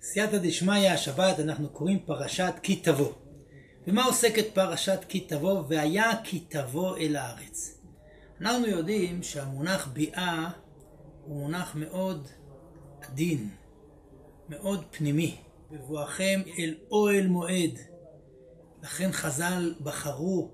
סייעתא דשמיא, השבת אנחנו קוראים פרשת כי תבוא. ומה עוסקת פרשת כי תבוא? והיה כי תבוא אל הארץ. אנחנו יודעים שהמונח ביאה הוא מונח מאוד עדין, מאוד פנימי. בבואכם אל אוהל מועד. לכן חז"ל בחרו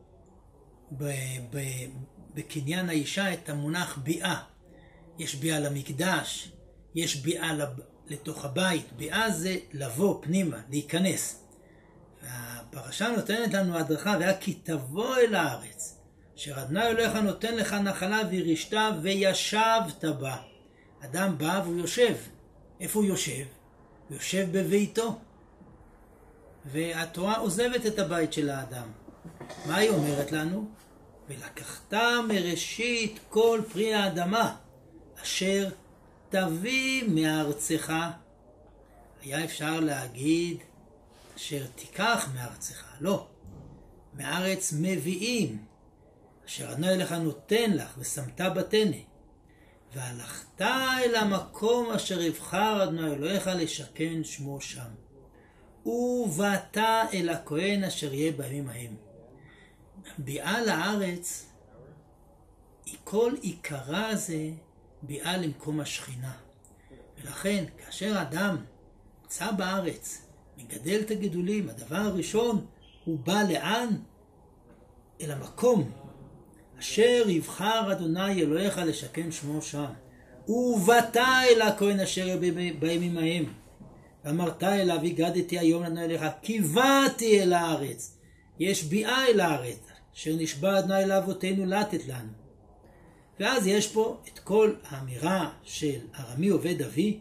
בקניין האישה את המונח ביאה. יש ביאה למקדש, יש ביאה לתוך הבית. ביאה זה לבוא פנימה, להיכנס. והפרשה נותנת לנו הדרכה, והיה כי תבוא אל הארץ, אשר אדוני אלוהיך נותן לך נחלה וירשת וישבת בה. אדם בא והוא יושב. איפה הוא יושב? הוא יושב בביתו. והתורה עוזבת את הבית של האדם. מה היא אומרת לנו? ולקחת מראשית כל פרי האדמה אשר תביא מארצך. היה אפשר להגיד אשר תיקח מארצך. לא. מארץ מביאים. אשר אדוני אלוהיך נותן לך ושמת בתנה. והלכת אל המקום אשר יבחר אדוני אלוהיך לשכן שמו שם. ובאת אל הכהן אשר יהיה בימים ההם. ביאה לארץ, כל עיקרה זה ביאה למקום השכינה. ולכן כאשר אדם נמצא בארץ, מגדל את הגידולים, הדבר הראשון הוא בא לאן? אל המקום אשר יבחר אדוני אלוהיך לשכן שמו שם. ובאת אל הכהן אשר יהיה בימים ההם. ואמרת אליו, הגדתי היום לאדוני אלוהיך, כי באתי אל הארץ. יש ביאה אל הארץ, אשר נשבע אדוני לאבותינו לתת לנו. ואז יש פה את כל האמירה של ארמי עובד אבי,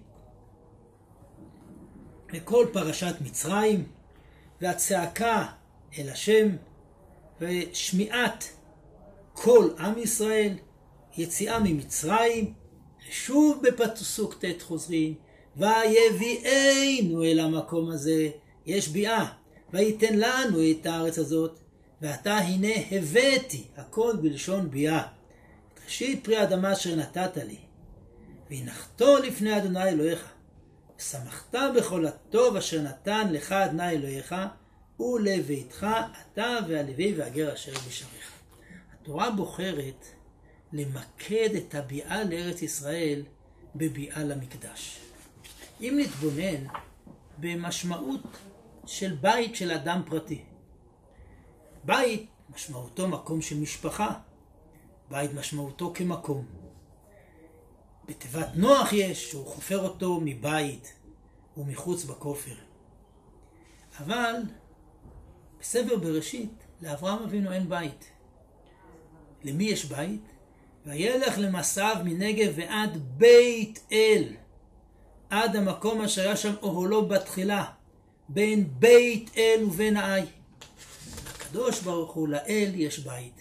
וכל פרשת מצרים, והצעקה אל השם, ושמיעת כל עם ישראל, יציאה ממצרים, ושוב בפסוק ט' חוזרים, ויביאנו אל המקום הזה, יש ביאה, ויתן לנו את הארץ הזאת, ואתה הנה הבאתי, הכל בלשון ביאה, את ראשית פרי האדמה אשר נתת לי, והנחתו לפני אדוני אלוהיך, ושמחת בכל הטוב אשר נתן לך אדוני אלוהיך, ולביתך אתה והלוי והגר אשר בשעריך. התורה בוחרת למקד את הביאה לארץ ישראל בביאה למקדש. אם נתבונן במשמעות של בית של אדם פרטי, בית משמעותו מקום של משפחה, בית משמעותו כמקום. בתיבת נוח יש שהוא חופר אותו מבית ומחוץ בכופר. אבל בספר בראשית לאברהם אבינו אין בית. למי יש בית? וילך למסעיו מנגב ועד בית אל, עד המקום אשר היה שם אוהלו בתחילה, בין בית אל ובין העי. לקדוש ברוך הוא, לאל יש בית.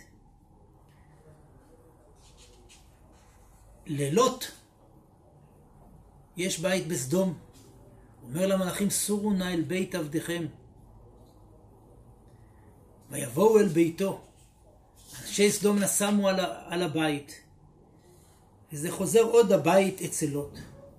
ללוט יש בית בסדום. הוא אומר למלאכים, סורו נא אל בית עבדיכם. ויבואו אל ביתו. אנשי סדום נסמו על הבית. וזה חוזר עוד הבית אצל לוט.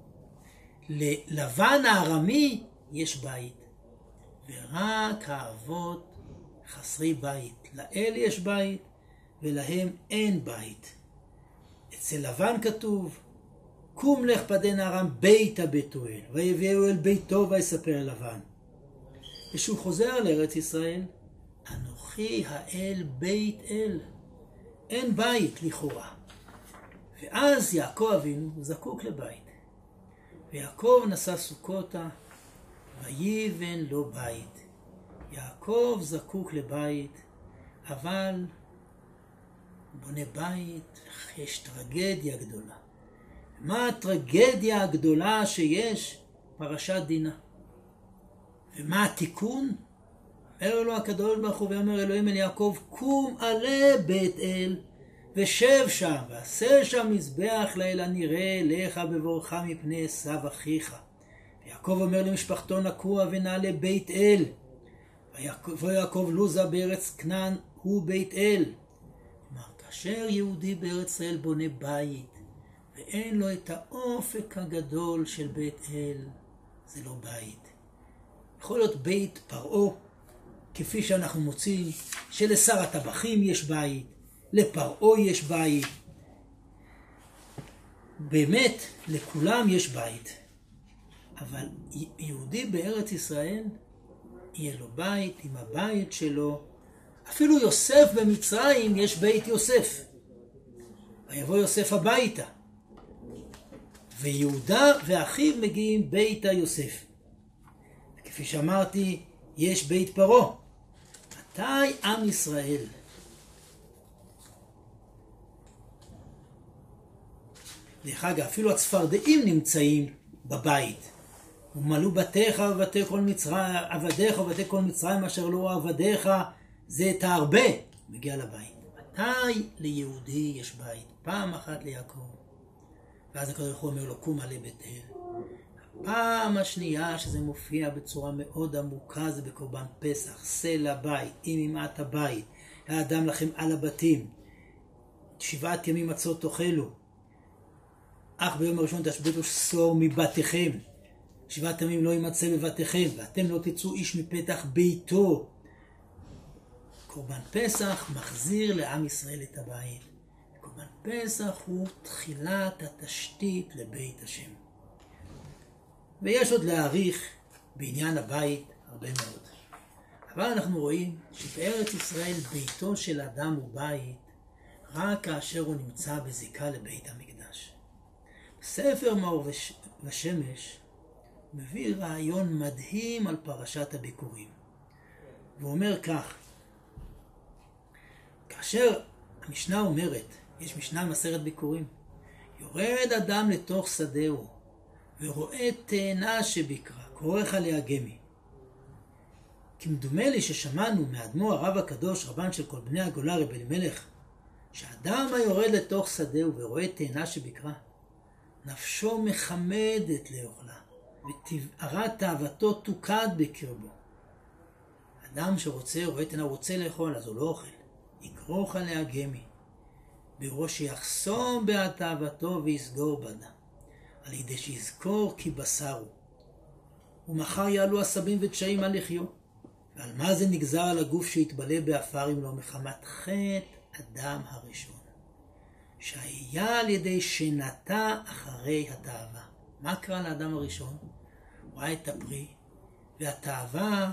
ללבן הארמי יש בית. ורק האבות חסרי בית. לאל יש בית ולהם אין בית. אצל לבן כתוב, קום לך פדן ארם ביתה בתואל, ויביאו אל ביתו ויספר לבן. ושהוא חוזר לארץ ישראל, אנוכי האל בית אל. אין בית לכאורה. ואז יעקב אבינו זקוק לבית. ויעקב נשא סוכותה, ויבן לו בית. יעקב זקוק לבית, אבל בונה בית, יש טרגדיה גדולה. מה הטרגדיה הגדולה שיש? פרשת דינה. ומה התיקון? אומר לו הקדוש ברוך הוא ואומר אלוהים אל יעקב, קום עלה בית אל ושב שם ועשה שם מזבח לאל הנראה לך בבורך מפני עשיו אחיך. ויעקב אומר למשפחתו, נקוע ונעלה בית אל. ויעקב לוזה בארץ כנען הוא בית אל. כלומר, כאשר יהודי בארץ ישראל בונה בית ואין לו את האופק הגדול של בית אל, זה לא בית, יכול להיות בית פרעה, כפי שאנחנו מוצאים שלשר הטבחים יש בית, לפרעה יש בית. באמת, לכולם יש בית. אבל יהודי בארץ ישראל, יהיה לו בית עם הבית שלו. אפילו יוסף במצרים יש בית יוסף. ויבוא יוסף הביתה. ויהודה ואחיו מגיעים ביתה יוסף. כפי שאמרתי, יש בית פרעה. מתי עם ישראל? דרך אגב, אפילו הצפרדעים נמצאים בבית. ומלאו בתיך ובתי כל מצרים, עבדיך ובתי כל מצרים אשר לא עבדיך, זה את הרבה, מגיע לבית. מתי ליהודי יש בית? פעם אחת ליעקב. ואז הקדוש ברוך הוא אומר לו, קום עלה בית אל. הפעם השנייה שזה מופיע בצורה מאוד עמוקה זה בקורבן פסח, סלע בית, עם ימעת הבית, האדם לכם על הבתים, 7 ימים מצות תאכלו, אך ביום הראשון תשביתו סור מבתיכם, 7 ימים לא יימצא בבתיכם, ואתם לא תצאו איש מפתח ביתו. קורבן פסח מחזיר לעם ישראל את הבית. קורבן פסח הוא תחילת התשתית לבית השם. ויש עוד להעריך בעניין הבית הרבה מאוד. אבל אנחנו רואים שבארץ ישראל ביתו של אדם הוא בית רק כאשר הוא נמצא בזיקה לבית המקדש. בספר מאור ושמש מביא רעיון מדהים על פרשת הביקורים. והוא אומר כך, כאשר המשנה אומרת, יש משנה מסכת ביקורים, יורד אדם לתוך שדהו ורואה תאנה שביקרה, כורך עליה גמי. כמדומה לי ששמענו מאדמו הרב הקדוש, רבן של כל בני הגולה רב אלימלך, שאדם היורד לתוך שדהו ורואה תאנה שביקרה, נפשו מחמדת לאוכלה, ותבערת תאוותו תוקד בקרבו. אדם שרוצה, רואה תאנה, רוצה לאכול, אז הוא לא אוכל. יכרוך עליה גמי, בראש שיחסום בעד תאוותו ויסגור בדה, על ידי שיזכור כי בשר הוא. ומחר יעלו עשבים ותשעים על לחיו. ועל מה זה נגזר על הגוף שהתבלה באפר אם לא מחמת חטא אדם הראשון, שהיה על ידי שנתה אחרי התאווה. מה קרה לאדם הראשון? הוא ראה את הפרי, והתאווה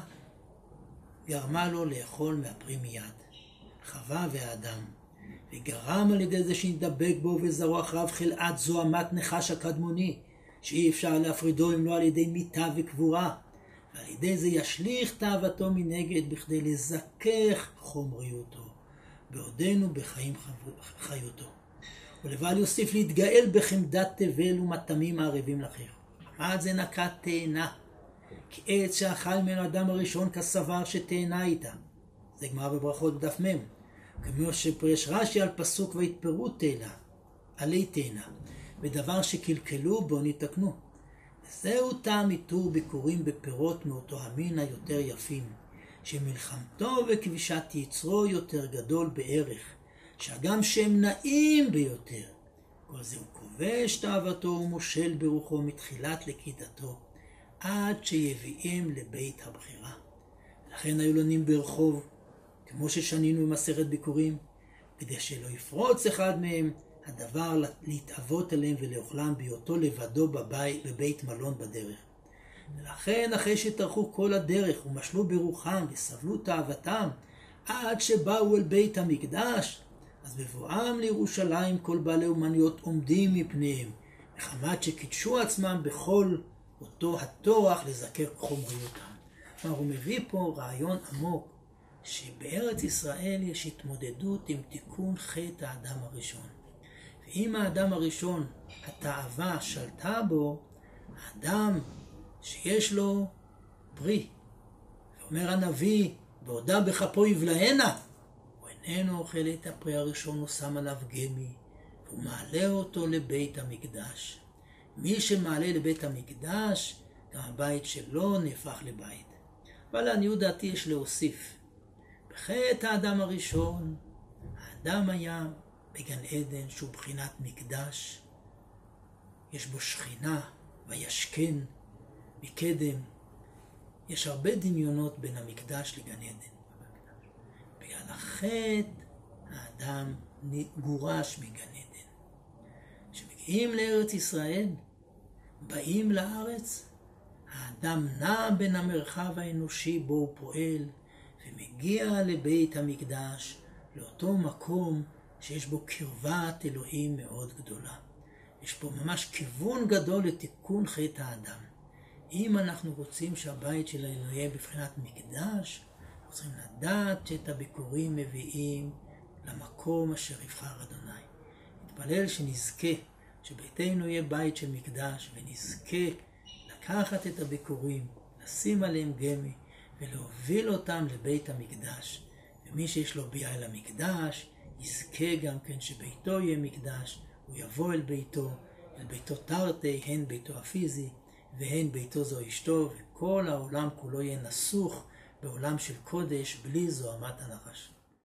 גרמה לו לאכול מהפרי מיד. חווה והאדם, וגרם על ידי זה שנדבק בו וזרוע אחריו חלאת זוהמת נחש הקדמוני, שאי אפשר להפרידו אם לא על ידי מיתה וקבורה, ועל ידי זה ישליך תאוותו מנגד בכדי לזכך חומריותו, בעודנו בחיים חיותו. ולבל יוסיף להתגאל בחמדת תבל ומטמים הערבים לחיך. עמד זה נקת תאנה, כי עץ שאכל ממנו אדם הראשון כסבר שתאנה איתה. זה גמרא בברכות בדף מ'. כמו שפרש רש"י על פסוק ויתפרו תאנה, עלי תאנה, בדבר שקלקלו בו נתקנו. וזהו טעם איתור ביקורים בפירות מאותו המין היותר יפים, שמלחמתו וכבישת יצרו יותר גדול בערך, שהגם שהם נעים ביותר, כל זה הוא כובש תאוותו ומושל ברוחו מתחילת לכידתו, עד שיביאים לבית הבחירה. לכן היו לונים ברחוב, כמו ששנינו במסכת ביקורים, כדי שלא יפרוץ אחד מהם הדבר להתאבות עליהם ולאוכלם בהיותו לבדו בבית מלון בדרך. ולכן אחרי שטרחו כל הדרך ומשלו ברוחם וסבלו תאוותם עד שבאו אל בית המקדש, אז בבואם לירושלים כל בעלי אומניות עומדים מפניהם, מחמת שקידשו עצמם בכל אותו הטורח לזכר חומריותם. כלומר, הוא מביא פה רעיון עמוק, שבארץ ישראל יש התמודדות עם תיקון חטא האדם הראשון. ואם האדם הראשון, התאווה שלטה בו, האדם שיש לו פרי, ואומר הנביא, בעודה בכפו יבלענה, הוא איננו אוכל את הפרי הראשון, הוא שם עליו גמי, והוא מעלה אותו לבית המקדש. מי שמעלה לבית המקדש, גם הבית שלו נהפך לבית. אבל לעניות דעתי יש להוסיף, בחטא האדם הראשון, האדם היה בגן עדן שהוא בחינת מקדש, יש בו שכינה וישכן מקדם, יש הרבה דמיונות בין המקדש לגן עדן. בגלל החטא האדם גורש מגן עדן. כשמגיעים לארץ ישראל, באים לארץ, האדם נע בין המרחב האנושי בו הוא פועל, ומגיע לבית המקדש, לאותו מקום שיש בו קרבת אלוהים מאוד גדולה. יש פה ממש כיוון גדול לתיקון חטא האדם. אם אנחנו רוצים שהבית שלנו יהיה בבחינת מקדש, אנחנו צריכים לדעת שאת הביקורים מביאים למקום אשר יבחר אדוני. נתפלל שנזכה שביתנו יהיה בית של מקדש, ונזכה לקחת את הביקורים, לשים עליהם גמי, ולהוביל אותם לבית המקדש. ומי שיש לו ביאה אל המקדש, יזכה גם כן שביתו יהיה מקדש, הוא יבוא אל ביתו תרתי, הן ביתו הפיזי, והן ביתו זו אשתו, וכל העולם כולו יהיה נסוך בעולם של קודש, בלי זוהמת הנחש.